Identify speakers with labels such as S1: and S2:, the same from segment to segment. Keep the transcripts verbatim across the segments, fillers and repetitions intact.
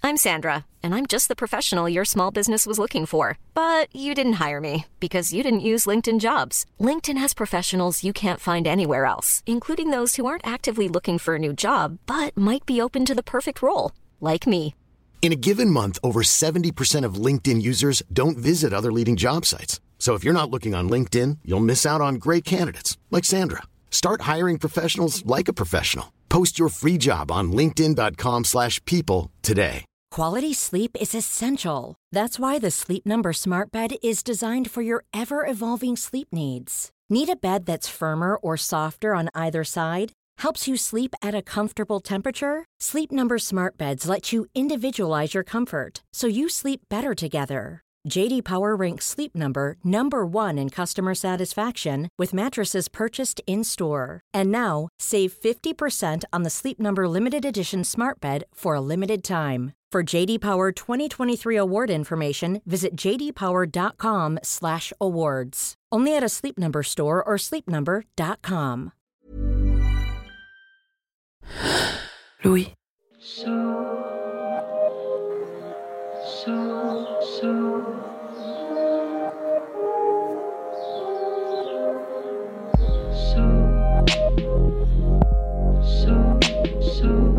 S1: I'm Sandra, and I'm just the professional your small business was looking for. But you didn't hire me because you didn't use LinkedIn Jobs. LinkedIn has professionals you can't find anywhere else, including those who aren't actively looking for a new job, but might be open to the perfect role, like me.
S2: In a given month, over seventy percent of LinkedIn users don't visit other leading job sites. So if you're not looking on LinkedIn, you'll miss out on great candidates like Sandra. Start hiring professionals like a professional. Post your free job on linkedin.com slash people today.
S3: Quality sleep is essential. That's why the Sleep Number Smart Bed is designed for your ever-evolving sleep needs. Need a bed that's firmer or softer on either side? Helps you sleep at a comfortable temperature? Sleep Number Smart Beds let you individualize your comfort, so you sleep better together. J D Power ranks Sleep Number number one in customer satisfaction with mattresses purchased in-store. And now, save fifty percent on the Sleep Number Limited Edition Smart Bed for a limited time. For J D Power twenty twenty-three award information, visit jdpower.com slash awards. Only at a Sleep Number store or sleep number dot com.
S4: Louis.
S5: So, so, so. So, so,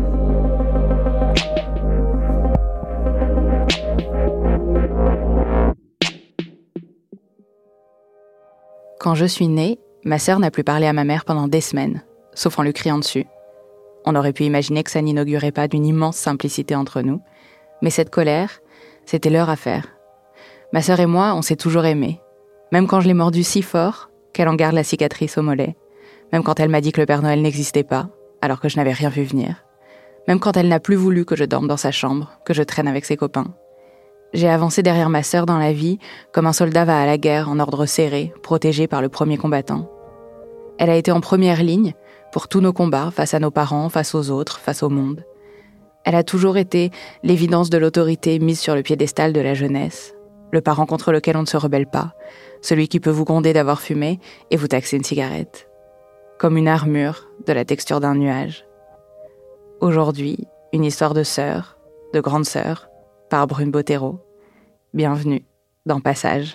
S4: Quand je suis née, ma sœur n'a plus parlé à ma mère pendant des semaines, sauf en lui criant dessus. On aurait pu imaginer que ça n'inaugurait pas d'une immense simplicité entre nous, mais cette colère, c'était leur affaire. Ma sœur et moi, on s'est toujours aimés, même quand je l'ai mordue si fort qu'elle en garde la cicatrice au mollet, même quand elle m'a dit que le Père Noël n'existait pas, alors que je n'avais rien vu venir, même quand elle n'a plus voulu que je dorme dans sa chambre, que je traîne avec ses copains. J'ai avancé derrière ma sœur dans la vie, comme un soldat va à la guerre en ordre serré, protégé par le premier combattant. Elle a été en première ligne pour tous nos combats, face à nos parents, face aux autres, face au monde. Elle a toujours été l'évidence de l'autorité mise sur le piédestal de la jeunesse, le parent contre lequel on ne se rebelle pas, celui qui peut vous gronder d'avoir fumé et vous taxer une cigarette. Comme une armure de la texture d'un nuage. Aujourd'hui, une histoire de sœur, de grande sœur, par Brune Bottero. Bienvenue dans Passage.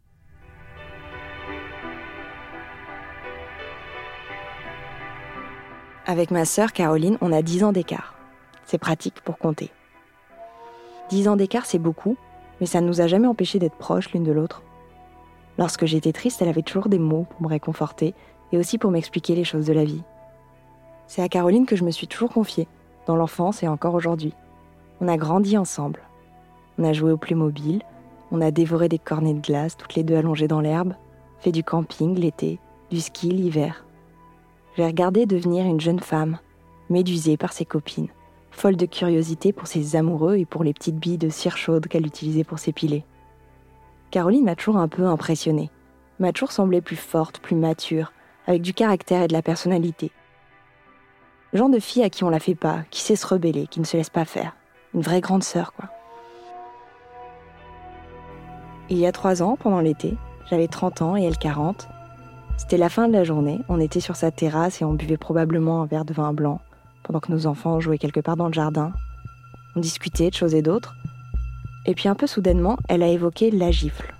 S6: Avec ma sœur Caroline, on a dix ans d'écart. C'est pratique pour compter. dix ans d'écart, c'est beaucoup, mais ça ne nous a jamais empêchés d'être proches l'une de l'autre. Lorsque j'étais triste, elle avait toujours des mots pour me réconforter et aussi pour m'expliquer les choses de la vie. C'est à Caroline que je me suis toujours confiée, dans l'enfance et encore aujourd'hui. On a grandi ensemble. On a joué au Playmobil, on a dévoré des cornets de glace, toutes les deux allongées dans l'herbe, fait du camping l'été, du ski l'hiver. J'ai regardé devenir une jeune femme, médusée par ses copines, folle de curiosité pour ses amoureux et pour les petites billes de cire chaude qu'elle utilisait pour s'épiler. Caroline m'a toujours un peu impressionnée, m'a toujours semblé plus forte, plus mature, avec du caractère et de la personnalité. Genre de fille à qui on la fait pas, qui sait se rebeller, qui ne se laisse pas faire. Une vraie grande sœur, quoi. Il y a trois ans, pendant l'été, j'avais trente ans et elle quarante. C'était la fin de la journée, on était sur sa terrasse et on buvait probablement un verre de vin blanc, pendant que nos enfants jouaient quelque part dans le jardin. On discutait de choses et d'autres. Et puis un peu soudainement, elle a évoqué la gifle.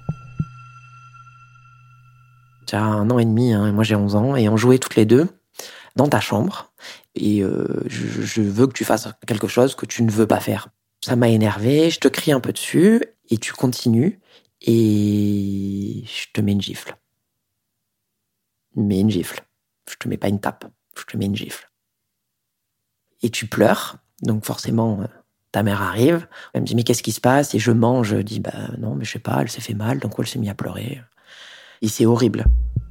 S7: Tu as un an et demi, hein, et moi j'ai onze ans, et on jouait toutes les deux dans ta chambre. Et euh, je, je veux que tu fasses quelque chose que tu ne veux pas faire. Ça m'a énervé, je te crie un peu dessus, et tu continues, et je te mets une gifle. Mais une gifle. Je te mets pas une tape, je te mets une gifle. Et tu pleures, donc forcément, ta mère arrive, elle me dit « mais qu'est-ce qui se passe ?» Et je mange, je dis « bah non, mais je sais pas, elle s'est fait mal, donc elle s'est mise à pleurer. » Et c'est horrible.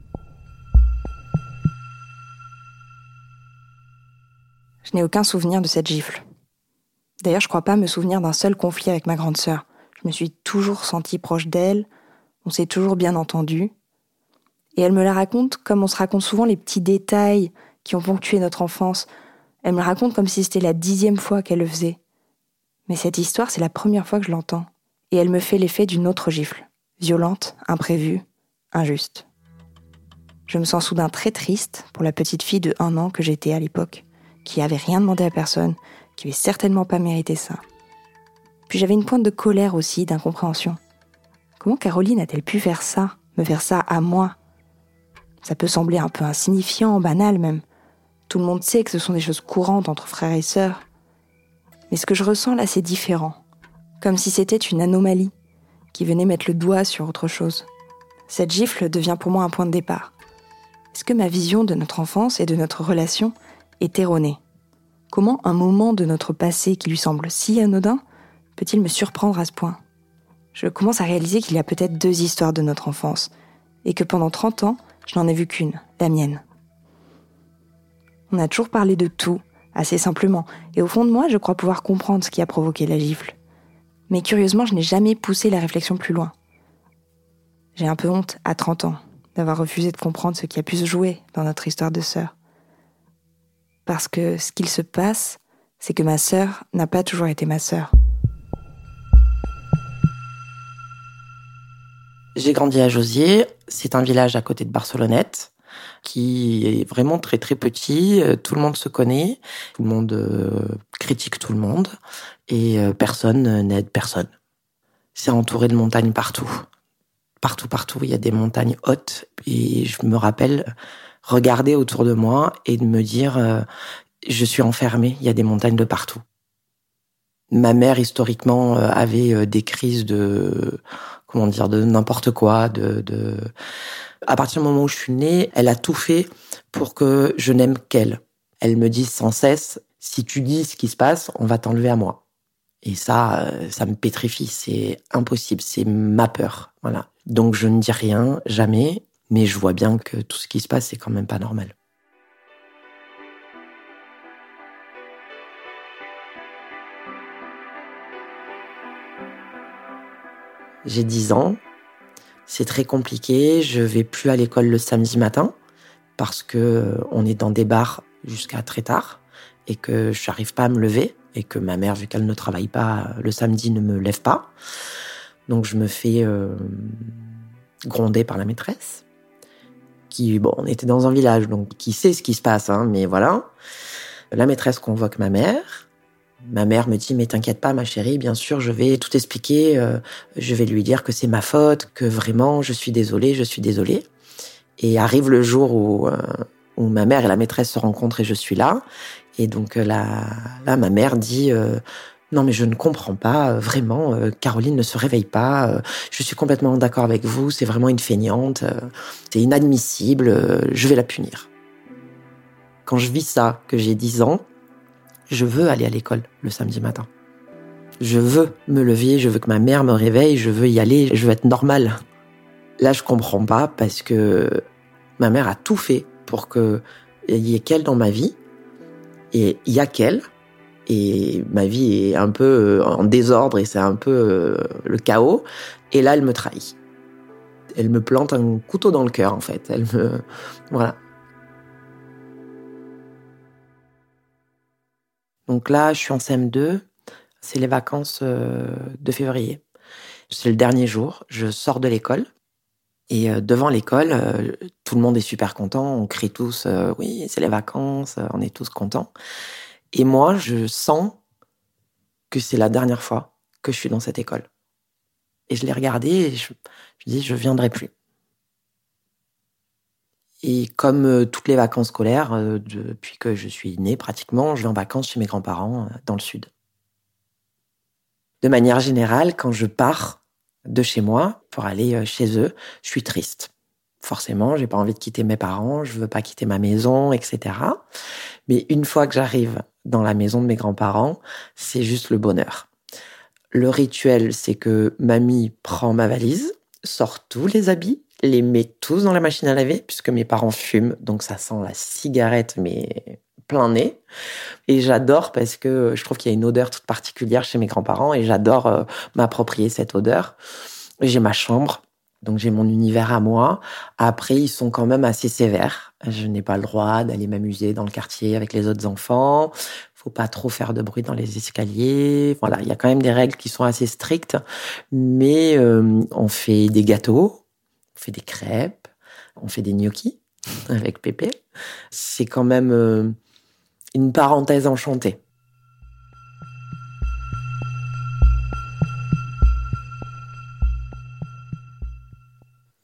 S6: Je n'ai aucun souvenir de cette gifle. D'ailleurs, je crois pas me souvenir d'un seul conflit avec ma grande sœur. Je me suis toujours sentie proche d'elle, on s'est toujours bien entendu. Et elle me la raconte comme on se raconte souvent les petits détails qui ont ponctué notre enfance. Elle me la raconte comme si c'était la dixième fois qu'elle le faisait. Mais cette histoire, c'est la première fois que je l'entends. Et elle me fait l'effet d'une autre gifle. Violente, imprévue, injuste. Je me sens soudain très triste pour la petite fille de un an que j'étais à l'époque, qui avait rien demandé à personne, qui avait certainement pas mérité ça. Puis j'avais une pointe de colère aussi, d'incompréhension. Comment Caroline a-t-elle pu faire ça, me faire ça à moi ? Ça peut sembler un peu insignifiant, banal même. Tout le monde sait que ce sont des choses courantes entre frères et sœurs. Mais ce que je ressens là, c'est différent. Comme si c'était une anomalie qui venait mettre le doigt sur autre chose. Cette gifle devient pour moi un point de départ. Est-ce que ma vision de notre enfance et de notre relation est erronée ? Comment un moment de notre passé qui lui semble si anodin peut-il me surprendre à ce point ? Je commence à réaliser qu'il y a peut-être deux histoires de notre enfance et que pendant trente ans, je n'en ai vu qu'une, la mienne. On a toujours parlé de tout, assez simplement, et au fond de moi, je crois pouvoir comprendre ce qui a provoqué la gifle. Mais curieusement, je n'ai jamais poussé la réflexion plus loin. J'ai un peu honte, à trente ans, d'avoir refusé de comprendre ce qui a pu se jouer dans notre histoire de sœur. Parce que ce qu'il se passe, c'est que ma sœur n'a pas toujours été ma sœur.
S7: J'ai grandi à Josier, c'est un village à côté de Barcelonnette, qui est vraiment très très petit, tout le monde se connaît, tout le monde euh, critique tout le monde, et euh, personne n'aide personne. C'est entouré de montagnes partout. Partout, partout, il y a des montagnes hautes, et je me rappelle regarder autour de moi et de me dire euh, je suis enfermée, il y a des montagnes de partout. Ma mère, historiquement, euh, avait euh, des crises de... comment dire, de n'importe quoi, de, de... À partir du moment où je suis née, elle a tout fait pour que je n'aime qu'elle. Elle me dit sans cesse, si tu dis ce qui se passe, on va t'enlever à moi. Et ça, ça me pétrifie, c'est impossible, c'est ma peur, voilà. Donc je ne dis rien, jamais, mais je vois bien que tout ce qui se passe, c'est quand même pas normal. J'ai dix ans, c'est très compliqué, je vais plus à l'école le samedi matin parce que on est dans des bars jusqu'à très tard et que je n'arrive pas à me lever et que ma mère, vu qu'elle ne travaille pas le samedi, ne me lève pas. Donc je me fais euh, gronder par la maîtresse qui, bon, on était dans un village, donc qui sait ce qui se passe, hein, mais voilà. La maîtresse convoque ma mère. Ma mère me dit « Mais t'inquiète pas, ma chérie, bien sûr, je vais tout expliquer. Euh, je vais lui dire que c'est ma faute, que vraiment, je suis désolée, je suis désolée. » Et arrive le jour où, euh, où ma mère et la maîtresse se rencontrent et je suis là. Et donc là, là ma mère dit euh, « Non, mais je ne comprends pas, vraiment, euh, Caroline ne se réveille pas. Euh, je suis complètement d'accord avec vous, c'est vraiment une feignante. Euh, c'est inadmissible, euh, je vais la punir. » Quand je vis ça, que j'ai dix ans, je veux aller à l'école le samedi matin. Je veux me lever, je veux que ma mère me réveille, je veux y aller, je veux être normale. Là, je comprends pas parce que ma mère a tout fait pour qu'il y ait qu'elle dans ma vie. Et il y a qu'elle. Et ma vie est un peu en désordre et c'est un peu le chaos. Et là, elle me trahit. Elle me plante un couteau dans le cœur, en fait. Elle me... Voilà. Donc là, je suis en C M deux, c'est les vacances euh, de février. C'est le dernier jour, je sors de l'école. Et euh, devant l'école, euh, tout le monde est super content, on crie tous euh, « Oui, c'est les vacances, on est tous contents ». Et moi, je sens que c'est la dernière fois que je suis dans cette école. Et je l'ai regardée et je, je dis « Je viendrai plus ». Et comme euh, toutes les vacances scolaires, euh, depuis que je suis née pratiquement, je vais en vacances chez mes grands-parents euh, dans le sud. De manière générale, quand je pars de chez moi pour aller euh, chez eux, je suis triste. Forcément, j'ai pas envie de quitter mes parents, je veux pas quitter ma maison, et cetera. Mais une fois que j'arrive dans la maison de mes grands-parents, c'est juste le bonheur. Le rituel, c'est que mamie prend ma valise, sort tous les habits, les met tous dans la machine à laver, puisque mes parents fument, donc ça sent la cigarette, mais plein nez. Et j'adore parce que je trouve qu'il y a une odeur toute particulière chez mes grands-parents, et j'adore euh, m'approprier cette odeur. J'ai ma chambre, donc j'ai mon univers à moi. Après, ils sont quand même assez sévères. Je n'ai pas le droit d'aller m'amuser dans le quartier avec les autres enfants. Faut pas trop faire de bruit dans les escaliers. Voilà, il y a quand même des règles qui sont assez strictes, mais euh, on fait des gâteaux. On fait des crêpes, on fait des gnocchis avec Pépé. C'est quand même euh, une parenthèse enchantée.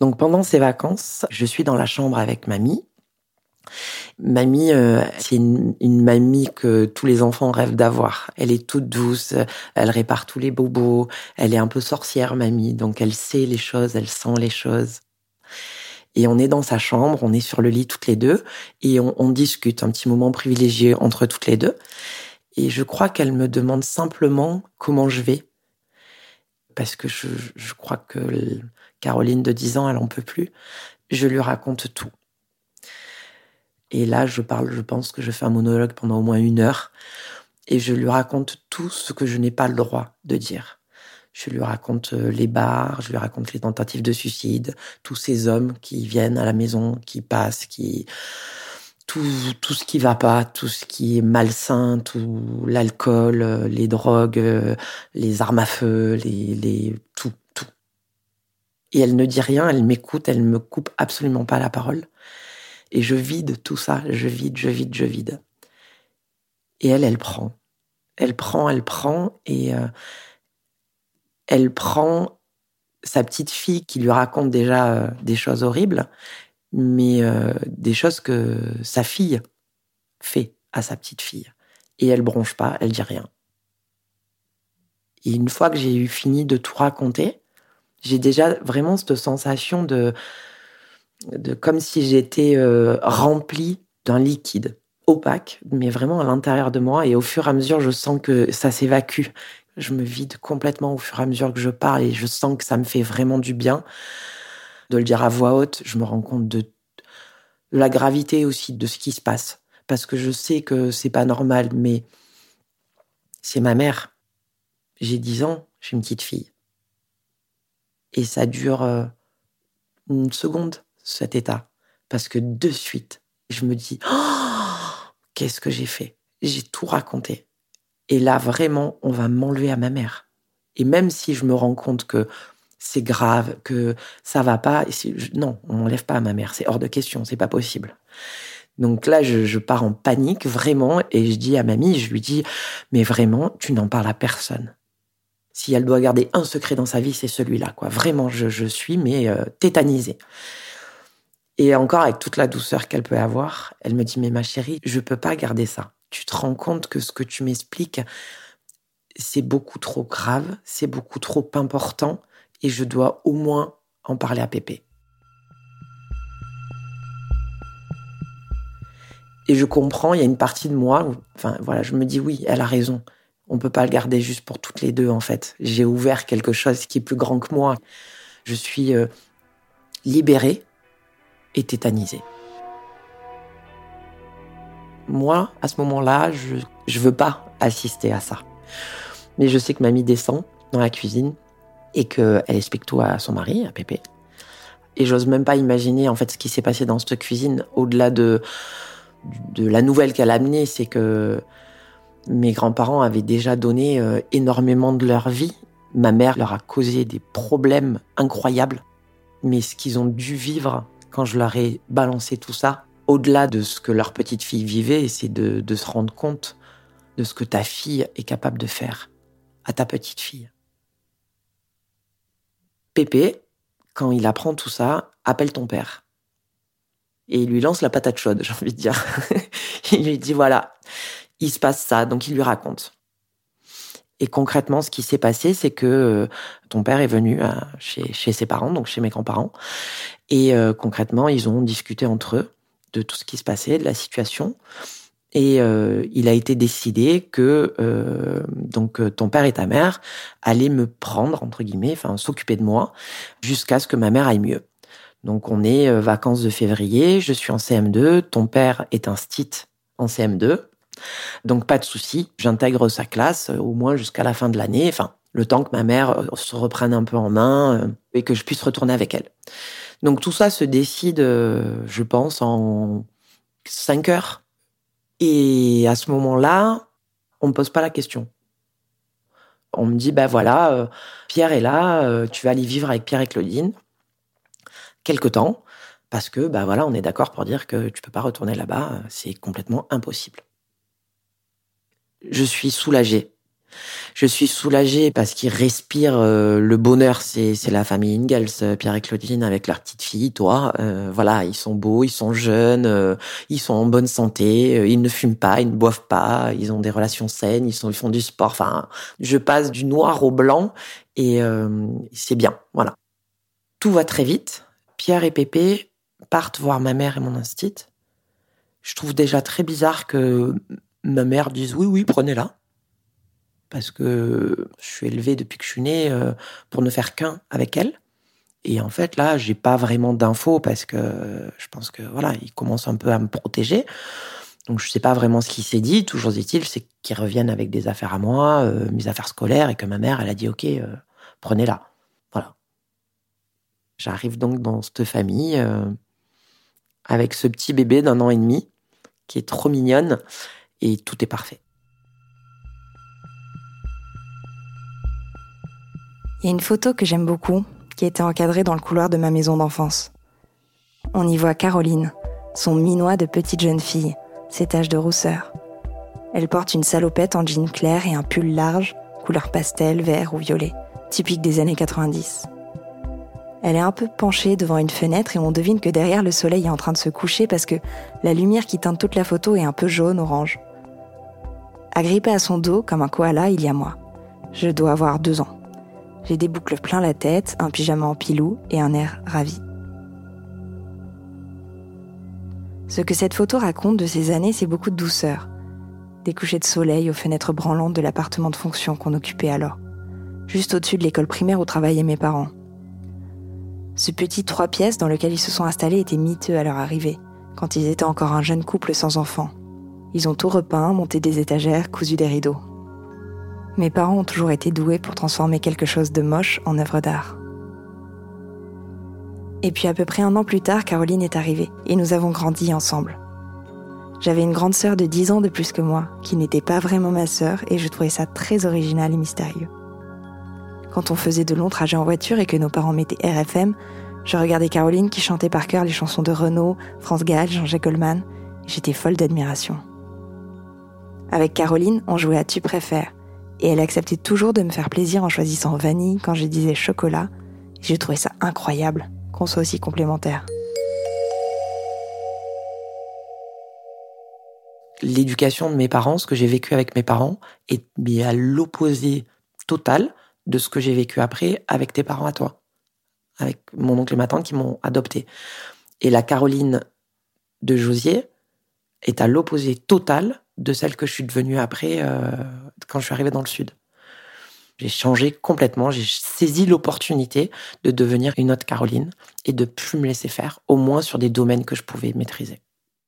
S7: Donc pendant ces vacances, je suis dans la chambre avec mamie. Mamie, euh, c'est une, une mamie que tous les enfants rêvent d'avoir. Elle est toute douce, elle répare tous les bobos, elle est un peu sorcière, mamie, donc elle sait les choses, elle sent les choses. Et on est dans sa chambre, on est sur le lit toutes les deux, et on, on discute, un petit moment privilégié entre toutes les deux. Et je crois qu'elle me demande simplement comment je vais. Parce que je, je crois que Caroline de dix ans, elle en peut plus. Je lui raconte tout. Et là, je parle, je pense que je fais un monologue pendant au moins une heure. Et je lui raconte tout ce que je n'ai pas le droit de dire. Je lui raconte les bars, je lui raconte les tentatives de suicide, tous ces hommes qui viennent à la maison, qui passent, qui... Tout, tout ce qui va pas, tout ce qui est malsain, tout l'alcool, les drogues, les armes à feu, les, les, tout, tout. Et elle ne dit rien, elle m'écoute, elle me coupe absolument pas la parole. Et je vide tout ça, je vide, je vide, je vide. Et elle, elle prend. Elle prend, elle prend, et euh, elle prend sa petite fille qui lui raconte déjà euh, des choses horribles, mais euh, des choses que sa fille fait à sa petite fille. Et elle bronche pas, elle dit rien. Et une fois que j'ai eu fini de tout raconter, j'ai déjà vraiment cette sensation de, de comme si j'étais euh, remplie d'un liquide opaque, mais vraiment à l'intérieur de moi. Et au fur et à mesure, je sens que ça s'évacue. Je me vide complètement au fur et à mesure que je parle, et je sens que ça me fait vraiment du bien de le dire à voix haute. Je me rends compte de, de la gravité aussi de ce qui se passe. Parce que je sais que c'est pas normal, mais c'est ma mère. J'ai dix ans, j'ai une petite fille. Et ça dure euh, une seconde, cet état. Parce que de suite, je me dis, oh, qu'est-ce que j'ai fait? J'ai tout raconté. Et là, vraiment, on va m'enlever à ma mère. Et même si je me rends compte que c'est grave, que ça va pas, et si, je, non, on m'enlève pas à ma mère. C'est hors de question, c'est pas possible. Donc là, je, je pars en panique, vraiment, et je dis à mamie, je lui dis, mais vraiment, tu n'en parles à personne. Si elle doit garder un secret dans sa vie, c'est celui-là, quoi. Vraiment, je, je suis, mais euh, tétanisée. Et encore, avec toute la douceur qu'elle peut avoir, elle me dit, mais ma chérie, je peux pas garder ça. Tu te rends compte que ce que tu m'expliques, c'est beaucoup trop grave, c'est beaucoup trop important, et je dois au moins en parler à Pépé. Et je comprends, il y a une partie de moi, où, enfin voilà, je me dis oui, elle a raison. On peut pas le garder juste pour toutes les deux, en fait. J'ai ouvert quelque chose qui est plus grand que moi. Je suis euh, libérée et tétanisée. Moi, à ce moment-là, je je veux pas assister à ça. Mais je sais que mamie descend dans la cuisine et qu'elle explique tout à son mari, à Pépé. Et j'ose même pas imaginer, en fait, ce qui s'est passé dans cette cuisine, au-delà de... de la nouvelle qu'elle a amenée, c'est que mes grands-parents avaient déjà donné euh, énormément de leur vie. Ma mère leur a causé des problèmes incroyables. Mais ce qu'ils ont dû vivre quand je leur ai balancé tout ça, au-delà de ce que leur petite fille vivait, c'est de, de se rendre compte de ce que ta fille est capable de faire à ta petite fille. Pépé, quand il apprend tout ça, appelle ton père. Et il lui lance la patate chaude, j'ai envie de dire. Il lui dit, voilà, il se passe ça, donc il lui raconte. Et concrètement, ce qui s'est passé, c'est que euh, ton père est venu euh, chez, chez ses parents, donc chez mes grands-parents. Et euh, concrètement, ils ont discuté entre eux de tout ce qui se passait, de la situation. Et euh, il a été décidé que euh, donc ton père et ta mère allaient me prendre, entre guillemets, enfin s'occuper de moi, jusqu'à ce que ma mère aille mieux. Donc on est euh, vacances de février, je suis en C M deux, ton père est un stit en C M deux, donc pas de souci, j'intègre sa classe euh, au moins jusqu'à la fin de l'année, enfin le temps que ma mère euh, se reprenne un peu en main euh, et que je puisse retourner avec elle. Donc tout ça se décide, euh, je pense, en cinq heures. Et à ce moment-là, on me pose pas la question. On me dit, ben voilà, euh, Pierre est là, euh, tu vas aller vivre avec Pierre et Claudine quelque temps, parce que, bah voilà, on est d'accord pour dire que tu peux pas retourner là-bas, c'est complètement impossible. Je suis soulagée. Je suis soulagée parce qu'ils respirent euh, le bonheur. C'est, c'est la famille Ingalls, Pierre et Claudine, avec leur petite fille, toi. Euh, voilà, ils sont beaux, ils sont jeunes, euh, ils sont en bonne santé, euh, ils ne fument pas, ils ne boivent pas, ils ont des relations saines, ils, sont, ils font du sport. Enfin, je passe du noir au blanc et euh, c'est bien, voilà. Tout va très vite. Pierre et Pépé partent voir ma mère et mon instit. Je trouve déjà très bizarre que ma mère dise « oui, oui, prenez-la ». Parce que je suis élevée depuis que je suis née euh, pour ne faire qu'un avec elle. Et en fait, là, j'ai pas vraiment d'infos parce que je pense que voilà, il commence un peu à me protéger. Donc, je sais pas vraiment ce qui s'est dit. Toujours est-il, c'est qu'ils reviennent avec des affaires à moi, euh, mes affaires scolaires, et que ma mère, elle a dit « ok, euh, prenez-la ». Voilà. J'arrive donc dans cette famille euh, avec ce petit bébé d'un an et demi qui est trop mignonne et tout est parfait.
S6: Il y a une photo que j'aime beaucoup, qui a été encadrée dans le couloir de ma maison d'enfance. On y voit Caroline, son minois de petite jeune fille, ses taches de rousseur. Elle porte une salopette en jean clair et un pull large, couleur pastel, vert ou violet, typique des années quatre-vingt-dix. Elle est un peu penchée devant une fenêtre et on devine que derrière le soleil est en train de se coucher parce que la lumière qui teinte toute la photo est un peu jaune-orange. Agrippée à son dos, comme un koala, il y a moi. Je dois avoir deux ans. J'ai des boucles plein la tête, un pyjama en pilou et un air ravi. Ce que cette photo raconte de ces années, c'est beaucoup de douceur. Des couchers de soleil aux fenêtres branlantes de l'appartement de fonction qu'on occupait alors, juste au-dessus de l'école primaire où travaillaient mes parents. Ce petit trois pièces dans lequel ils se sont installés était miteux à leur arrivée, quand ils étaient encore un jeune couple sans enfants. Ils ont tout repeint, monté des étagères, cousu des rideaux. Mes parents ont toujours été doués pour transformer quelque chose de moche en œuvre d'art. Et puis à peu près un an plus tard, Caroline est arrivée et nous avons grandi ensemble. J'avais une grande sœur de dix ans de plus que moi, qui n'était pas vraiment ma sœur et je trouvais ça très original et mystérieux. Quand on faisait de longs trajets en voiture et que nos parents mettaient R F M, je regardais Caroline qui chantait par cœur les chansons de Renaud, France Gall, Jean-Jacques Goldman et j'étais folle d'admiration. Avec Caroline, on jouait à Tu préfères. Et elle acceptait toujours de me faire plaisir en choisissant vanille quand je disais chocolat. Et je trouvais ça incroyable qu'on soit aussi complémentaires.
S7: L'éducation de mes parents, ce que j'ai vécu avec mes parents, est mais à l'opposé total de ce que j'ai vécu après avec tes parents à toi. Avec mon oncle et ma tante qui m'ont adopté. Et la Caroline de Josier est à l'opposé total de celle que je suis devenue après euh, quand je suis arrivée dans le Sud. J'ai changé complètement, j'ai saisi l'opportunité de devenir une autre Caroline et de plus me laisser faire, au moins sur des domaines que je pouvais maîtriser.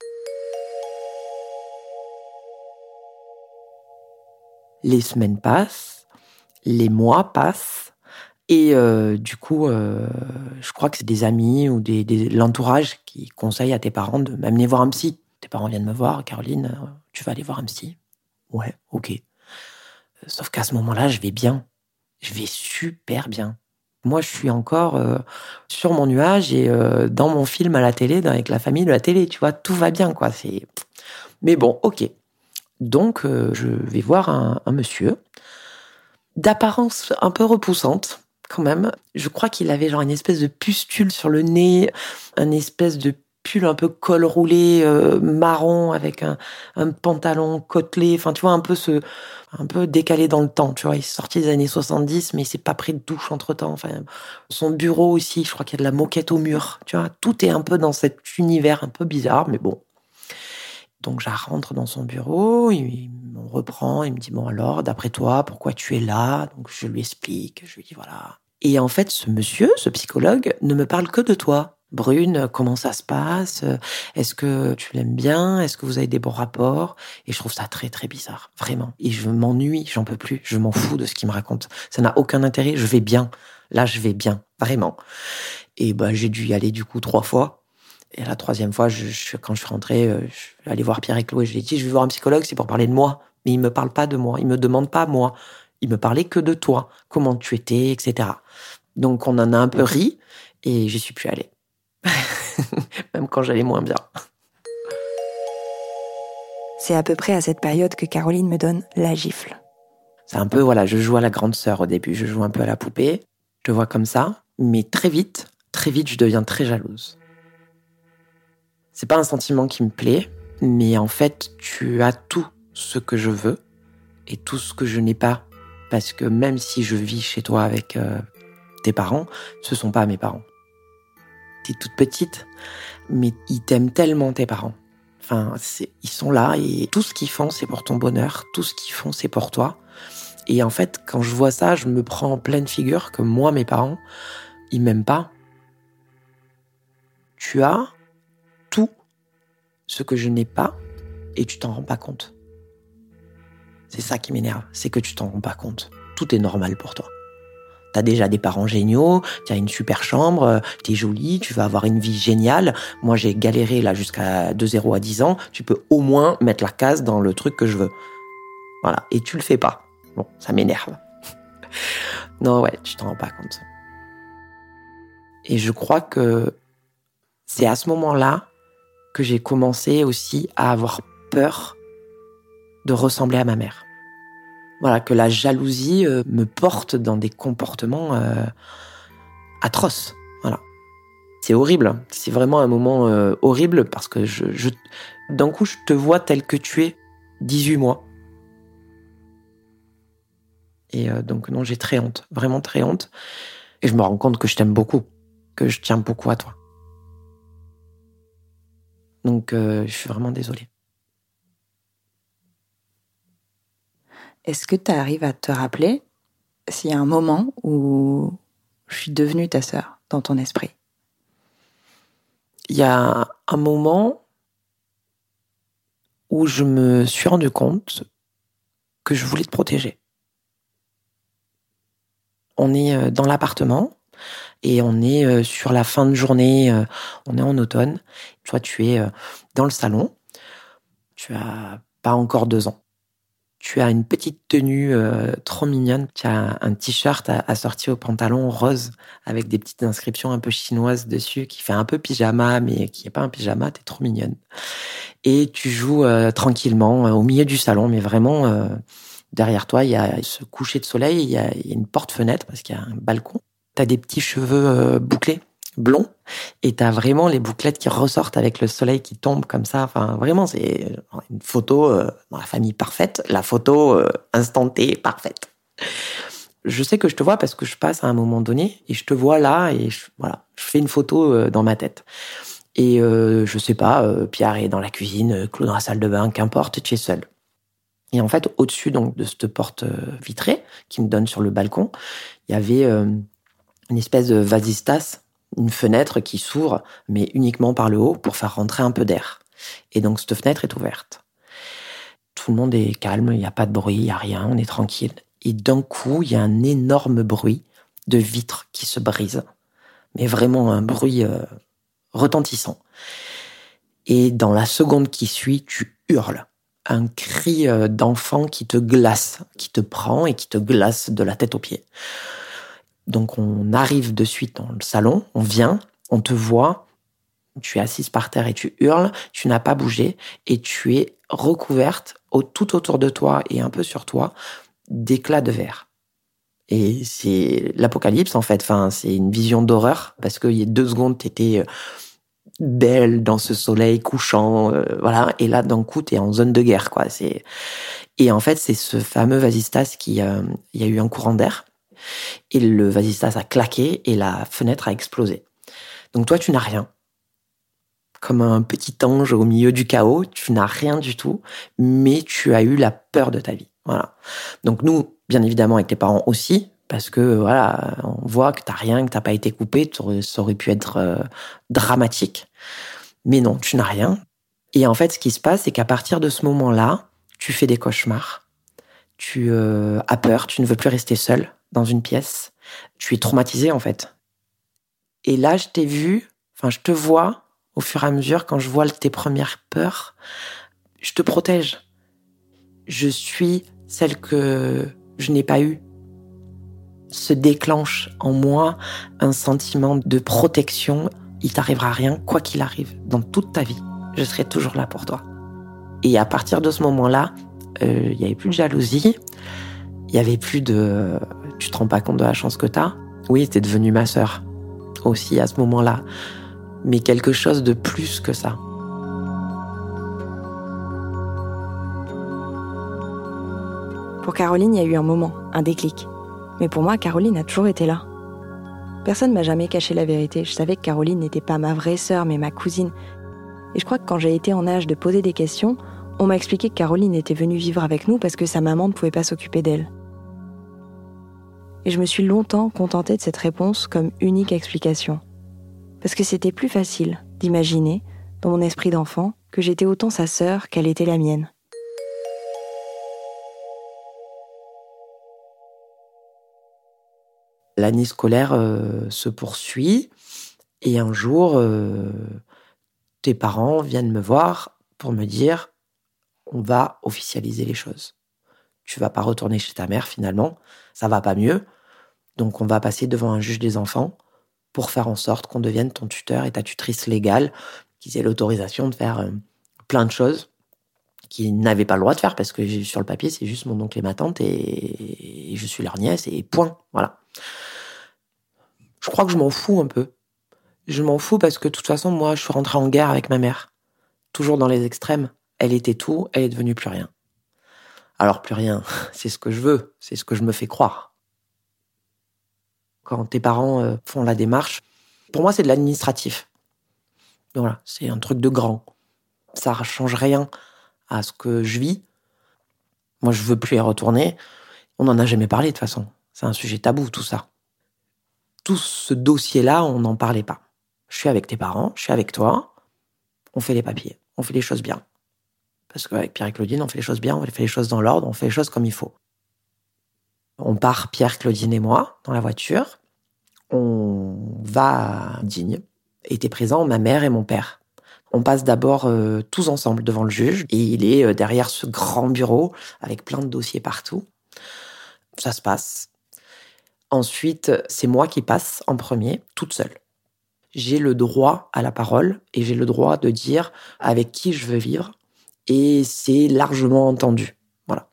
S7: Les semaines passent, les mois passent, et euh, du coup, euh, je crois que c'est des amis ou des, des, l'entourage qui conseillent à tes parents de m'amener voir un psy. Tes parents viennent me voir, Caroline, tu vas aller voir un psy ? Ouais, ok. Sauf qu'à ce moment-là, je vais bien. Je vais super bien. Moi, je suis encore euh, sur mon nuage et euh, dans mon film à la télé, avec la famille de la télé, tu vois, tout va bien, quoi. C'est... Mais bon, ok. Donc, euh, je vais voir un, un monsieur d'apparence un peu repoussante, quand même. Je crois qu'il avait genre une espèce de pustule sur le nez, une espèce de pull un peu col roulé euh, marron avec un, un pantalon côtelé, enfin tu vois un peu ce un peu décalé dans le temps, tu vois, il est sorti des années soixante-dix mais il s'est pas pris de douche entre-temps, enfin son bureau aussi, je crois qu'il y a de la moquette au mur, tu vois, tout est un peu dans cet univers un peu bizarre mais bon. Donc je rentre dans son bureau, il me reprend, il me dit bon alors d'après toi, pourquoi tu es là ? Donc je lui explique, je lui dis voilà. Et en fait ce monsieur, ce psychologue ne me parle que de toi. Brune, comment ça se passe ? Est-ce que tu l'aimes bien ? Est-ce que vous avez des bons rapports ? Et je trouve ça très très bizarre, vraiment. Et je m'ennuie, j'en peux plus, je m'en fous de ce qu'il me raconte. Ça n'a aucun intérêt, je vais bien. Là, je vais bien, vraiment. Et ben, j'ai dû y aller du coup trois fois. Et la troisième fois, je, je, quand je suis rentrée, je suis allée voir Pierre et Chloé. Je lui ai dit, je vais voir un psychologue, c'est pour parler de moi. Mais il me parle pas de moi, il me demande pas moi. Il me parlait que de toi, comment tu étais, et cetera. Donc on en a un peu ri et j'y suis plus allée. Même quand j'allais moins bien.
S6: C'est à peu près à cette période que Caroline me donne la gifle.
S7: C'est un peu, voilà, je joue à la grande sœur au début, je joue un peu à la poupée, je te vois comme ça, mais très vite, très vite, je deviens très jalouse. C'est pas un sentiment qui me plaît, mais en fait, tu as tout ce que je veux et tout ce que je n'ai pas. Parce que même si je vis chez toi avec euh, tes parents, ce sont pas mes parents. T'es toute petite, mais ils t'aiment tellement, tes parents. Enfin, c'est, ils sont là et tout ce qu'ils font, c'est pour ton bonheur. Tout ce qu'ils font, c'est pour toi. Et en fait, quand je vois ça, je me prends en pleine figure que moi, mes parents, ils m'aiment pas. Tu as tout ce que je n'ai pas et tu t'en rends pas compte. C'est ça qui m'énerve, c'est que tu t'en rends pas compte. Tout est normal pour toi. T'as déjà des parents géniaux, t'as une super chambre, t'es jolie, tu vas avoir une vie géniale. Moi, j'ai galéré là jusqu'à de zéro à dix ans. Tu peux au moins mettre la case dans le truc que je veux. Voilà, et tu le fais pas. Bon, ça m'énerve. Non, ouais, tu t'en rends pas compte. Et je crois que c'est à ce moment-là que j'ai commencé aussi à avoir peur de ressembler à ma mère. Voilà, que la jalousie euh, me porte dans des comportements euh, atroces. Voilà. C'est horrible. C'est vraiment un moment euh, horrible parce que je, je, d'un coup, je te vois tel que tu es, dix-huit mois. Et euh, donc, non, j'ai très honte. Vraiment très honte. Et je me rends compte que je t'aime beaucoup. Que je tiens beaucoup à toi. Donc, euh, je suis vraiment désolée.
S6: Est-ce que tu arrives à te rappeler s'il y a un moment où je suis devenue ta sœur dans ton esprit?
S7: Il y a un moment où je me suis rendu compte que je voulais te protéger. On est dans l'appartement et on est sur la fin de journée, on est en automne. Toi, tu es dans le salon, tu as pas encore deux ans. Tu as une petite tenue euh, trop mignonne. Tu as un t-shirt assorti au pantalon rose avec des petites inscriptions un peu chinoises dessus qui fait un peu pyjama, mais qui n'est pas un pyjama. T'es trop mignonne. Et tu joues euh, tranquillement euh, au milieu du salon, mais vraiment euh, derrière toi, il y a ce coucher de soleil, il y a, y a une porte-fenêtre parce qu'il y a un balcon. Tu as des petits cheveux euh, bouclés, blonds, et t'as vraiment les bouclettes qui ressortent avec le soleil qui tombe comme ça. Enfin, vraiment, c'est une photo euh, dans la famille parfaite, la photo euh, instantée parfaite. Je sais que je te vois parce que je passe à un moment donné et je te vois là et je, voilà, je fais une photo euh, dans ma tête. Et euh, je sais pas, euh, Pierre est dans la cuisine, Claude dans la salle de bain, qu'importe, tu es seul. Et en fait, au-dessus donc de cette porte euh, vitrée qui me donne sur le balcon, il y avait euh, une espèce de vasistas, une fenêtre qui s'ouvre, mais uniquement par le haut pour faire rentrer un peu d'air. Et donc, cette fenêtre est ouverte. Tout le monde est calme, il n'y a pas de bruit, il n'y a rien, on est tranquille. Et d'un coup, il y a un énorme bruit de vitres qui se brisent. Mais vraiment un bruit euh, retentissant. Et dans la seconde qui suit, tu hurles. Un cri euh, d'enfant qui te glace, qui te prend et qui te glace de la tête aux pieds. Donc, on arrive de suite dans le salon, on vient, on te voit, tu es assise par terre et tu hurles, tu n'as pas bougé et tu es recouverte au, tout autour de toi et un peu sur toi d'éclats de verre. Et c'est l'apocalypse, en fait. Enfin, c'est une vision d'horreur parce qu'il y a deux secondes, t'étais belle dans ce soleil couchant, euh, voilà. Et là, d'un coup, t'es en zone de guerre, quoi. C'est... Et en fait, c'est ce fameux vasistas qui, euh, il y a eu un courant d'air. Et le vasistas a claqué et la fenêtre a explosé. Donc toi, tu n'as rien. Comme un petit ange au milieu du chaos, tu n'as rien du tout, mais tu as eu la peur de ta vie. Voilà. Donc nous, bien évidemment, avec tes parents aussi, parce que voilà, on voit que t'as rien, que t'as pas été coupé, ça aurait pu être euh, dramatique. Mais non, tu n'as rien. Et en fait, ce qui se passe, c'est qu'à partir de ce moment-là, tu fais des cauchemars. Tu euh, as peur, tu ne veux plus rester seule dans une pièce. Tu es traumatisée, en fait. Et là, je t'ai vu, enfin, je te vois, au fur et à mesure, quand je vois tes premières peurs, je te protège. Je suis celle que je n'ai pas eue. Se déclenche en moi un sentiment de protection. Il t'arrivera rien, quoi qu'il arrive, dans toute ta vie. Je serai toujours là pour toi. Et à partir de ce moment-là, il euh, n'y avait plus de jalousie. Il y avait plus de... Tu te rends pas compte de la chance que t'as ? Oui, t'es devenue ma sœur. Aussi à ce moment-là. Mais quelque chose de plus que ça.
S6: Pour Caroline, il y a eu un moment, un déclic. Mais pour moi, Caroline a toujours été là. Personne m'a jamais caché la vérité. Je savais que Caroline n'était pas ma vraie sœur, mais ma cousine. Et je crois que quand j'ai été en âge de poser des questions, on m'a expliqué que Caroline était venue vivre avec nous parce que sa maman ne pouvait pas s'occuper d'elle. Et je me suis longtemps contentée de cette réponse comme unique explication. Parce que c'était plus facile d'imaginer, dans mon esprit d'enfant, que j'étais autant sa sœur qu'elle était la mienne.
S7: L'année scolaire euh, se poursuit et un jour, euh, tes parents viennent me voir pour me dire « on va officialiser les choses. Tu vas pas retourner chez ta mère finalement, ça va pas mieux, donc on va passer devant un juge des enfants pour faire en sorte qu'on devienne ton tuteur et ta tutrice légale, qu'ils aient l'autorisation de faire euh, plein de choses qu'ils n'avaient pas le droit de faire parce que sur le papier c'est juste mon oncle et ma tante et, et je suis leur nièce et point, voilà. » Je crois que je m'en fous un peu. Je m'en fous parce que de toute façon, moi, je suis rentrée en guerre avec ma mère. Toujours dans les extrêmes. Elle était tout, elle est devenue plus rien. Alors plus rien, c'est ce que je veux, c'est ce que je me fais croire. Quand tes parents euh, font la démarche, pour moi, c'est de l'administratif. Voilà, c'est un truc de grand. Ça ne change rien à ce que je vis. Moi, je veux plus y retourner. On n'en a jamais parlé, de toute façon. C'est un sujet tabou, tout ça. Tout ce dossier-là, on n'en parlait pas. Je suis avec tes parents, je suis avec toi, on fait les papiers, on fait les choses bien. Parce qu'avec Pierre et Claudine, on fait les choses bien, on fait les choses dans l'ordre, on fait les choses comme il faut. On part, Pierre, Claudine et moi, dans la voiture. On va à Digne. Étaient présents ma mère et mon père. On passe d'abord euh, tous ensemble devant le juge. Et il est euh, derrière ce grand bureau, avec plein de dossiers partout. Ça se passe. Ensuite, c'est moi qui passe en premier, toute seule. J'ai le droit à la parole et j'ai le droit de dire avec qui je veux vivre. Et c'est largement entendu. Voilà.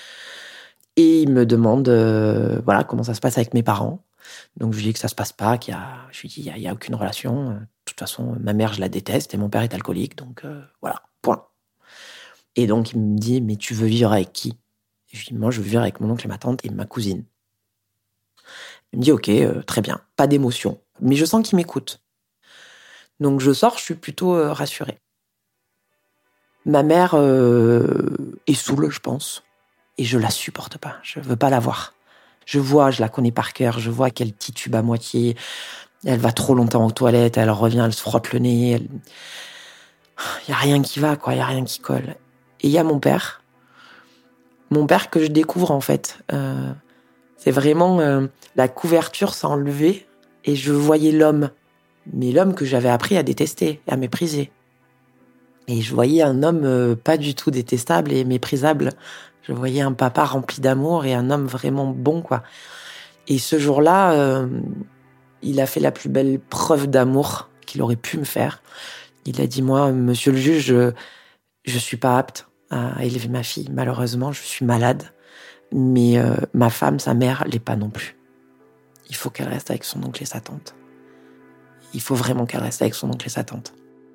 S7: Et il me demande euh, voilà, comment ça se passe avec mes parents. Donc je lui dis que ça se passe pas, qu'il y a, je lui dis il y a, il y a aucune relation. De toute façon, ma mère, je la déteste et mon père est alcoolique. Donc euh, voilà, point. Et donc il me dit mais tu veux vivre avec qui ? Et je lui dis moi je veux vivre avec mon oncle et ma tante et ma cousine. Il me dit ok, euh, très bien, pas d'émotion. Mais je sens qu'il m'écoute. Donc je sors, je suis plutôt euh, rassurée. Ma mère euh, est saoule, je pense. Et je la supporte pas, je veux pas la voir. Je vois, je la connais par cœur, je vois qu'elle titube à moitié. Elle va trop longtemps aux toilettes, elle revient, elle se frotte le nez. Elle... Il y a rien qui va, quoi, il y a rien qui colle. Et il y a mon père. Mon père que je découvre, en fait. Euh, c'est vraiment... Euh, la couverture s'est enlevée et je voyais l'homme. Mais l'homme que j'avais appris à détester, à mépriser. Et je voyais un homme euh, pas du tout détestable et méprisable. Je voyais un papa rempli d'amour et un homme vraiment bon, quoi. Et ce jour-là, euh, il a fait la plus belle preuve d'amour qu'il aurait pu me faire. Il a dit, moi, monsieur le juge, je, je suis pas apte à élever ma fille. Malheureusement, je suis malade. Mais euh, ma femme, sa mère, l'est pas non plus. Il faut qu'elle reste avec son oncle et sa tante. Il faut vraiment qu'elle reste avec son oncle et sa tante.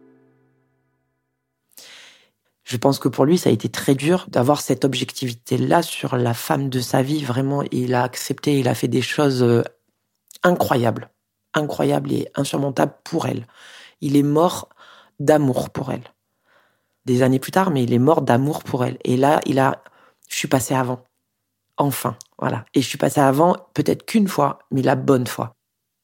S7: Je pense que pour lui, ça a été très dur d'avoir cette objectivité-là sur la femme de sa vie. Vraiment, il a accepté, il a fait des choses incroyables. Incroyables et insurmontables pour elle. Il est mort d'amour pour elle. Des années plus tard, mais il est mort d'amour pour elle. Et là, il a... je suis passée avant. Enfin, voilà. Et je suis passée avant, peut-être qu'une fois, mais la bonne fois.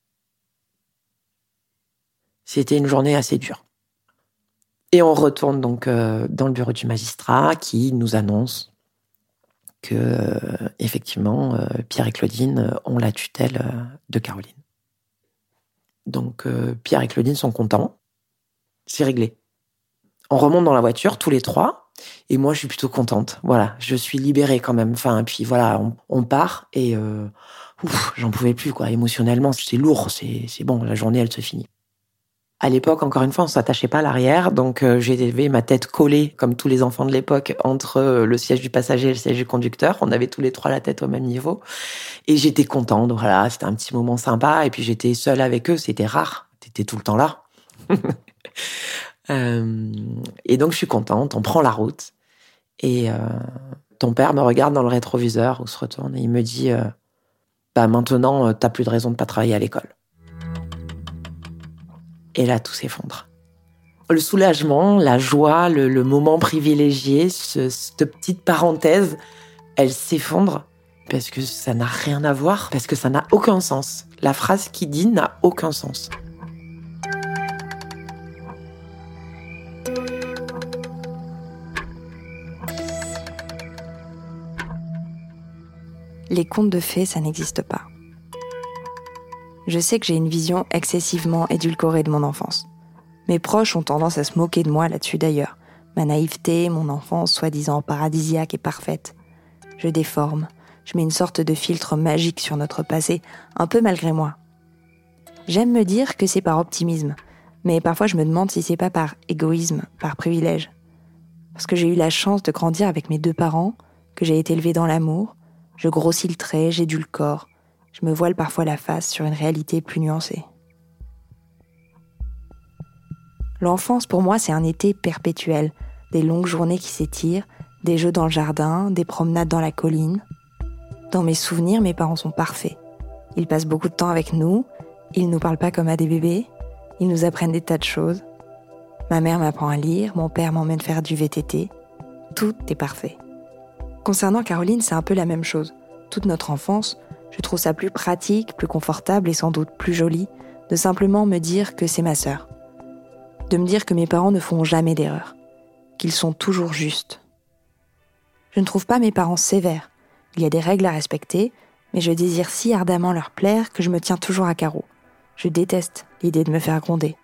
S7: C'était une journée assez dure. Et on retourne donc euh, dans le bureau du magistrat qui nous annonce que, euh, effectivement, euh, Pierre et Claudine ont la tutelle euh, de Caroline. Donc, euh, Pierre et Claudine sont contents. C'est réglé. On remonte dans la voiture, tous les trois, et moi, je suis plutôt contente. Voilà, je suis libérée quand même. Enfin, puis voilà, on, on part, et euh, ouf, j'en pouvais plus, quoi. Émotionnellement, c'est lourd, c'est, c'est bon, la journée, elle se finit. À l'époque, encore une fois, on s'attachait pas à l'arrière, donc euh, j'avais ma tête collée, comme tous les enfants de l'époque, entre euh, le siège du passager et le siège du conducteur. On avait tous les trois la tête au même niveau. Et j'étais contente, voilà, c'était un petit moment sympa. Et puis j'étais seule avec eux, c'était rare. T'étais tout le temps là. euh, et donc je suis contente, on prend la route. Et euh, ton père me regarde dans le rétroviseur, on se retourne et il me dit euh, « Bah maintenant, t'as plus de raison de pas travailler à l'école. » Et là, tout s'effondre. Le soulagement, la joie, le, le moment privilégié, ce, cette petite parenthèse, elle s'effondre parce que ça n'a rien à voir, parce que ça n'a aucun sens. La phrase qu'il dit n'a aucun sens.
S6: Les contes de fées, ça n'existe pas. Je sais que j'ai une vision excessivement édulcorée de mon enfance. Mes proches ont tendance à se moquer de moi là-dessus d'ailleurs. Ma naïveté, mon enfance soi-disant paradisiaque et parfaite. Je déforme, je mets une sorte de filtre magique sur notre passé, un peu malgré moi. J'aime me dire que c'est par optimisme, mais parfois je me demande si c'est pas par égoïsme, par privilège. Parce que j'ai eu la chance de grandir avec mes deux parents, que j'ai été élevée dans l'amour, je grossis le trait, j'édulcore. Je me voile parfois la face sur une réalité plus nuancée. L'enfance, pour moi, c'est un été perpétuel. Des longues journées qui s'étirent, des jeux dans le jardin, des promenades dans la colline. Dans mes souvenirs, mes parents sont parfaits. Ils passent beaucoup de temps avec nous, ils nous parlent pas comme à des bébés, ils nous apprennent des tas de choses. Ma mère m'apprend à lire, mon père m'emmène faire du V T T. Tout est parfait. Concernant Caroline, c'est un peu la même chose. Toute notre enfance, je trouve ça plus pratique, plus confortable et sans doute plus joli de simplement me dire que c'est ma sœur. De me dire que mes parents ne font jamais d'erreur, qu'ils sont toujours justes. Je ne trouve pas mes parents sévères. Il y a des règles à respecter, mais je désire si ardemment leur plaire que je me tiens toujours à carreau. Je déteste l'idée de me faire gronder.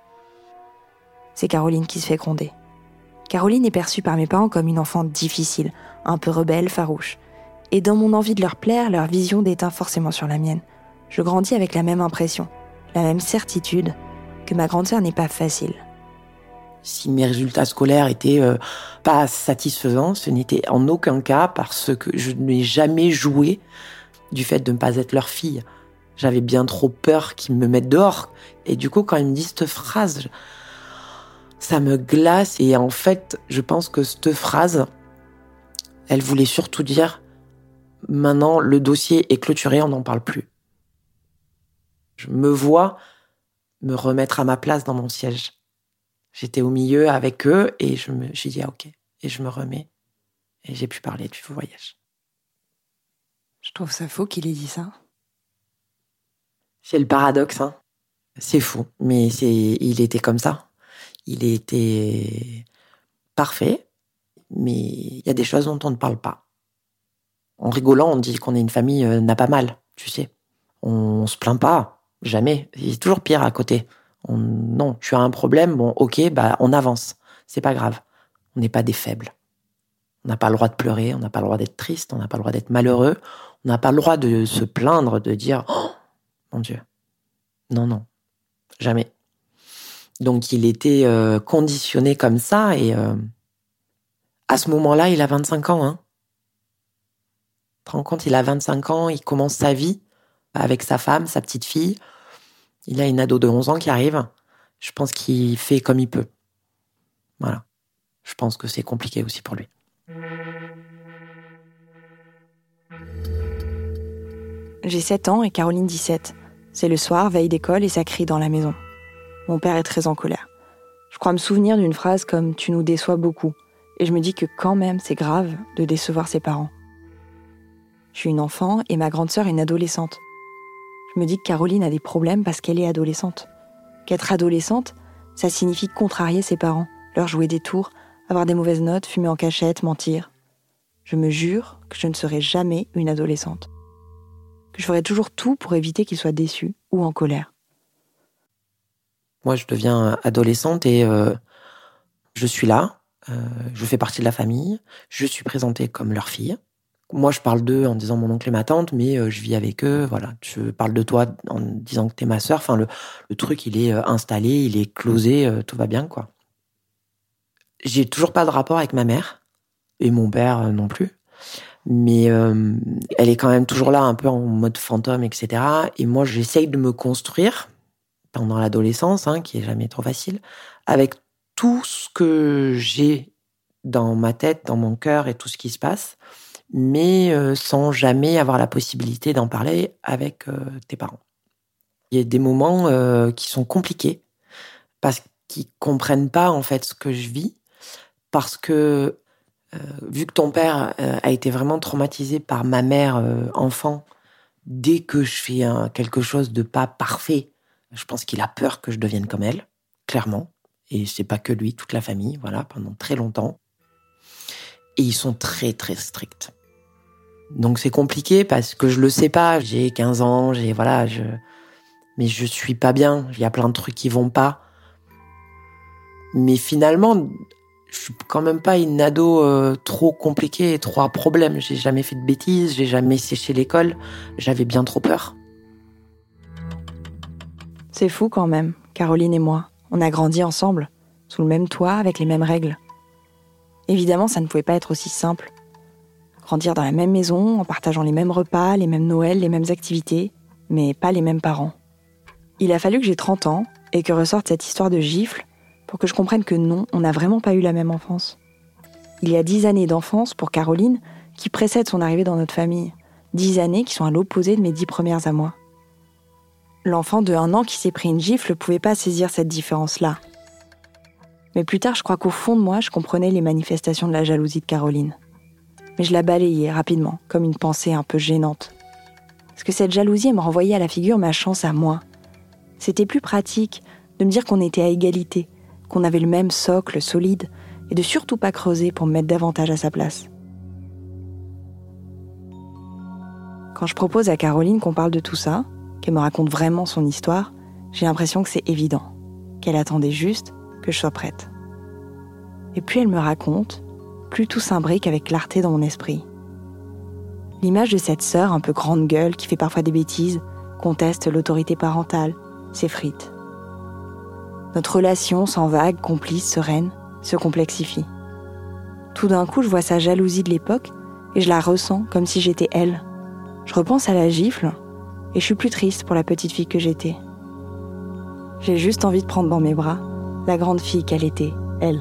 S6: C'est Caroline qui se fait gronder. Caroline est perçue par mes parents comme une enfant difficile, un peu rebelle, farouche. Et dans mon envie de leur plaire, leur vision déteint forcément sur la mienne. Je grandis avec la même impression, la même certitude que ma grande sœur n'est pas facile.
S7: Si mes résultats scolaires étaient euh, pas satisfaisants, ce n'était en aucun cas parce que je n'ai jamais joué du fait de ne pas être leur fille. J'avais bien trop peur qu'ils me mettent dehors. Et du coup, quand ils me disent cette phrase, je... ça me glace. Et en fait, je pense que cette phrase, elle voulait surtout dire « Maintenant, le dossier est clôturé, on n'en parle plus ». Je me vois me remettre à ma place dans mon siège. J'étais au milieu avec eux et je me, j'ai dit ah, ok. Et je me remets et j'ai pu parler du voyage.
S6: Je trouve ça fou qu'il ait dit ça.
S7: C'est le paradoxe, hein. C'est fou, mais c'est, il était comme ça. Il était parfait, mais il y a des choses dont on ne parle pas. En rigolant, on dit qu'on est une famille euh, n'a pas mal, tu sais. On se plaint pas, jamais. Il est toujours pire à côté. On, non, tu as un problème, bon, ok, bah on avance. C'est pas grave. On n'est pas des faibles. On n'a pas le droit de pleurer, on n'a pas le droit d'être triste, on n'a pas le droit d'être malheureux, on n'a pas le droit de se plaindre, de dire oh, mon Dieu. Non, non, jamais. Donc il était euh, conditionné comme ça et euh, à ce moment-là, il a vingt-cinq ans. Hein. Tu te rends compte, il a vingt-cinq ans, il commence sa vie avec sa femme, sa petite fille. Il a une ado de onze ans qui arrive. Je pense qu'il fait comme il peut. Voilà. Je pense que c'est compliqué aussi pour lui.
S6: J'ai sept ans et Caroline dix-sept. C'est le soir, veille d'école et ça crie dans la maison. Mon père est très en colère. Je crois me souvenir d'une phrase comme « tu nous déçois beaucoup » et je me dis que quand même c'est grave de décevoir ses parents. Je suis une enfant et ma grande sœur est une adolescente. Je me dis que Caroline a des problèmes parce qu'elle est adolescente. Qu'être adolescente, ça signifie contrarier ses parents, leur jouer des tours, avoir des mauvaises notes, fumer en cachette, mentir. Je me jure que je ne serai jamais une adolescente. Que je ferai toujours tout pour éviter qu'ils soient déçus ou en colère.
S7: Moi, je deviens adolescente et euh, je suis là. Euh, je fais partie de la famille. Je suis présentée comme leur fille, Moi, je parle d'eux en disant mon oncle et ma tante, mais euh, je vis avec eux. Voilà, je parle de toi en disant que t'es ma sœur. Enfin, le, le truc, il est euh, installé, il est closé, euh, tout va bien, quoi. J'ai toujours pas de rapport avec ma mère et mon père euh, non plus, mais euh, elle est quand même toujours là, un peu en mode fantôme, et cetera. Et moi, j'essaye de me construire pendant l'adolescence, hein, qui est jamais trop facile, avec tout ce que j'ai dans ma tête, dans mon cœur et tout ce qui se passe, mais euh, sans jamais avoir la possibilité d'en parler avec euh, tes parents. Il y a des moments euh, qui sont compliqués parce qu'ils comprennent pas en fait ce que je vis, parce que euh, vu que ton père euh, a été vraiment traumatisé par ma mère euh, enfant, dès que je fais un, quelque chose de pas parfait, je pense qu'il a peur que je devienne comme elle, clairement. Et c'est pas que lui, toute la famille, voilà, pendant très longtemps. Et ils sont très très stricts. Donc c'est compliqué parce que je le sais pas, j'ai quinze ans, j'ai voilà, je mais je suis pas bien, il y a plein de trucs qui vont pas. Mais finalement, je suis quand même pas une ado euh, trop compliquée et trop à problème, j'ai jamais fait de bêtises, j'ai jamais séché l'école, j'avais bien trop peur.
S6: C'est fou quand même, Caroline et moi. On a grandi ensemble, sous le même toit, avec les mêmes règles. Évidemment, ça ne pouvait pas être aussi simple. Grandir dans la même maison, en partageant les mêmes repas, les mêmes Noëls, les mêmes activités, mais pas les mêmes parents. Il a fallu que j'ai trente ans et que ressorte cette histoire de gifle pour que je comprenne que non, on n'a vraiment pas eu la même enfance. Il y a dix années d'enfance pour Caroline qui précèdent son arrivée dans notre famille. Dix années qui sont à l'opposé de mes dix premières à moi. L'enfant de un an qui s'est pris une gifle ne pouvait pas saisir cette différence-là. Mais plus tard, je crois qu'au fond de moi, je comprenais les manifestations de la jalousie de Caroline. Mais je la balayais rapidement, comme une pensée un peu gênante. Parce que cette jalousie, elle me renvoyait à la figure ma chance à moi. C'était plus pratique de me dire qu'on était à égalité, qu'on avait le même socle solide, et de surtout pas creuser pour me mettre davantage à sa place. Quand je propose à Caroline qu'on parle de tout ça, qu'elle me raconte vraiment son histoire, j'ai l'impression que c'est évident, qu'elle attendait juste que je sois prête. Et plus elle me raconte, plus tout s'imbrique avec clarté dans mon esprit. L'image de cette sœur un peu grande gueule qui fait parfois des bêtises, conteste l'autorité parentale, s'effrite. Notre relation sans vague, complice, sereine, se complexifie. Tout d'un coup, je vois sa jalousie de l'époque et je la ressens comme si j'étais elle. Je repense à la gifle et je suis plus triste pour la petite fille que j'étais. J'ai juste envie de prendre dans mes bras la grande fille qu'elle était, elle.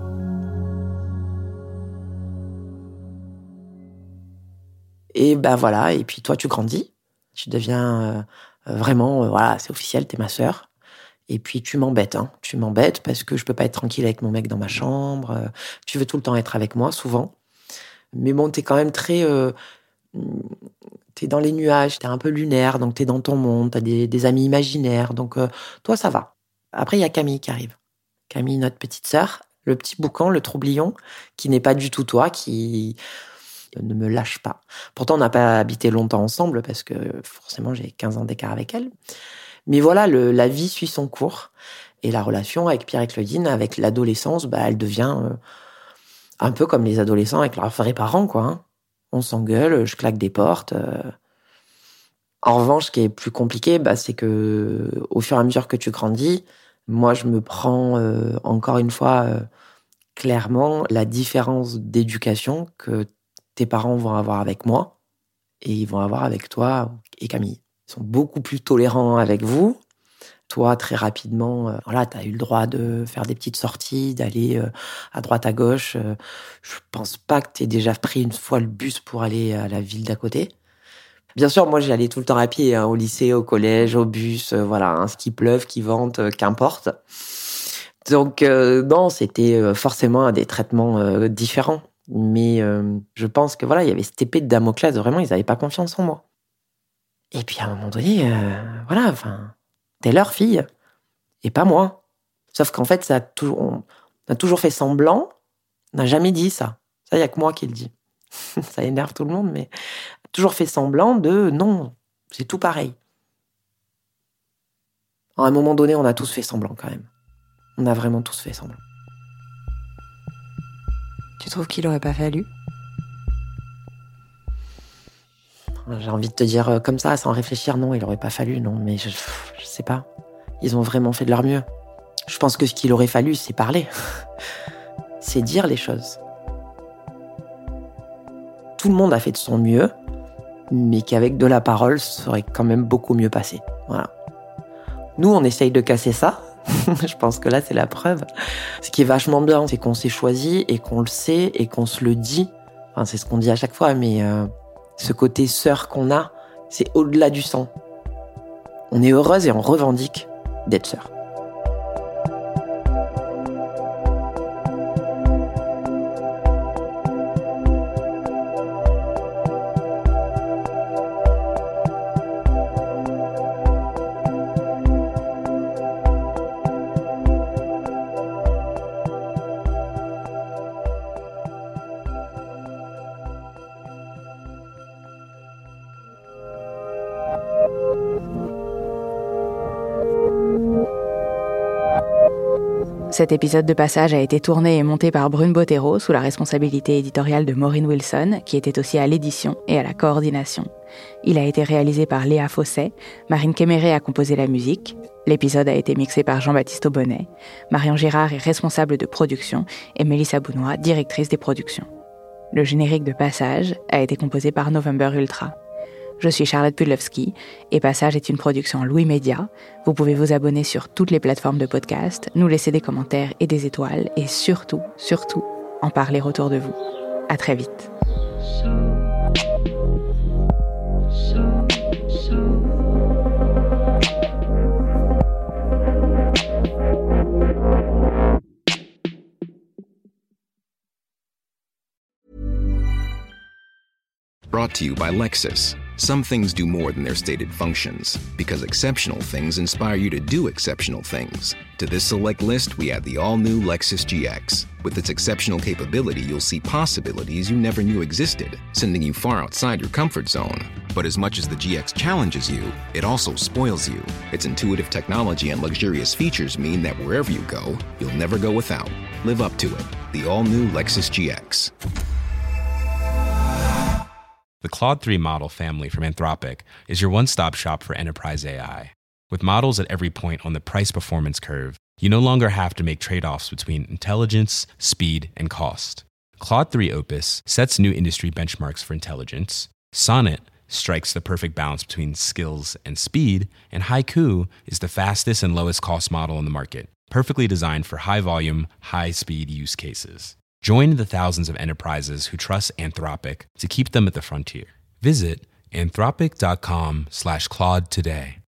S7: Et ben voilà, et puis toi tu grandis, tu deviens euh, vraiment, euh, voilà, c'est officiel, t'es ma sœur. Et puis tu m'embêtes, hein, tu m'embêtes parce que je peux pas être tranquille avec mon mec dans ma chambre, euh, tu veux tout le temps être avec moi, souvent. Mais bon, t'es quand même très... Euh, t'es dans les nuages, t'es un peu lunaire, donc t'es dans ton monde, t'as des, des amis imaginaires, donc euh, toi ça va. Après il y a Camille qui arrive. Camille, notre petite sœur, le petit boucan, le troublion, qui n'est pas du tout toi, qui ne me lâche pas. Pourtant, on n'a pas habité longtemps ensemble, parce que forcément, j'ai quinze ans d'écart avec elle. Mais voilà, le, la vie suit son cours. Et la relation avec Pierre et Claudine, avec l'adolescence, bah, elle devient euh, un peu comme les adolescents avec leurs vrais parents, quoi. Hein. On s'engueule, je claque des portes. Euh... En revanche, ce qui est plus compliqué, bah, c'est que au fur et à mesure que tu grandis, moi, je me prends euh, encore une fois euh, clairement la différence d'éducation que tes parents vont avoir avec moi et ils vont avoir avec toi et Camille. Ils sont beaucoup plus tolérants avec vous. Toi, très rapidement, euh, voilà, tu as eu le droit de faire des petites sorties, d'aller euh, à droite, à gauche. Euh, je pense pas que tu aies déjà pris une fois le bus pour aller à la ville d'à côté. Bien sûr, moi, j'y allais tout le temps à pied, hein, au lycée, au collège, au bus, euh, voilà, hein, ce qui pleuve, qui vente, euh, qu'importe. Donc, euh, non, c'était euh, forcément des traitements euh, différents. Mais euh, je pense que voilà, il y avait cette épée de Damoclès, vraiment, ils n'avaient pas confiance en moi. Et puis, à un moment donné, euh, voilà, enfin, t'es leur fille, et pas moi. Sauf qu'en fait, ça a toujours, on a toujours fait semblant, on n'a jamais dit ça. Ça, il n'y a que moi qui le dis. Ça énerve tout le monde, mais toujours fait semblant de non, c'est tout pareil. À un moment donné, on a tous fait semblant quand même. On a vraiment tous fait semblant.
S6: Tu trouves qu'il aurait pas fallu ?
S7: J'ai envie de te dire euh, comme ça, sans réfléchir, non, il aurait pas fallu, non, mais je, je sais pas. Ils ont vraiment fait de leur mieux. Je pense que ce qu'il aurait fallu, c'est parler. C'est dire les choses. Tout le monde a fait de son mieux, mais qu'avec de la parole, ça aurait quand même beaucoup mieux passé. Voilà. Nous, on essaye de casser ça. Je pense que là, c'est la preuve. Ce qui est vachement bien, c'est qu'on s'est choisi et qu'on le sait et qu'on se le dit. Enfin, c'est ce qu'on dit à chaque fois, mais euh, ce côté sœur qu'on a, c'est au-delà du sang. On est heureuse et on revendique d'être sœurs.
S4: Cet épisode de Passage a été tourné et monté par Brune Bottero sous la responsabilité éditoriale de Maureen Wilson, qui était aussi à l'édition et à la coordination. Il a été réalisé par Léa Fosset, Marine Kéméré a composé la musique, l'épisode a été mixé par Jean-Baptiste Aubonnet, Marion Girard est responsable de production et Mélissa Bounois, directrice des productions. Le générique de Passage a été composé par November Ultra. Je suis Charlotte Pudlowski et Passage est une production Louis Média. Vous pouvez vous abonner sur toutes les plateformes de podcast, nous laisser des commentaires et des étoiles et surtout, surtout, en parler autour de vous. À très vite.
S5: So, so, so.
S8: Brought to you by Lexus. Some things do more than their stated functions, because exceptional things inspire you to do exceptional things. To this select list, we add the all-new Lexus G X. With its exceptional capability, you'll see possibilities you never knew existed, sending you far outside your comfort zone. But as much as the G X challenges you, it also spoils you. Its intuitive technology and luxurious features mean that wherever you go, you'll never go without. Live up to it. The all-new Lexus G X.
S9: The Claude three model family from Anthropic is your one-stop shop for enterprise A I. With models at every point on the price-performance curve, you no longer have to make trade-offs between intelligence, speed, and cost. Claude three Opus sets new industry benchmarks for intelligence. Sonnet strikes the perfect balance between skills and speed. And Haiku is the fastest and lowest cost model in the market, perfectly designed for high-volume, high-speed use cases. Join the thousands of enterprises who trust Anthropic to keep them at the frontier. Visit anthropic.com slash Claude today.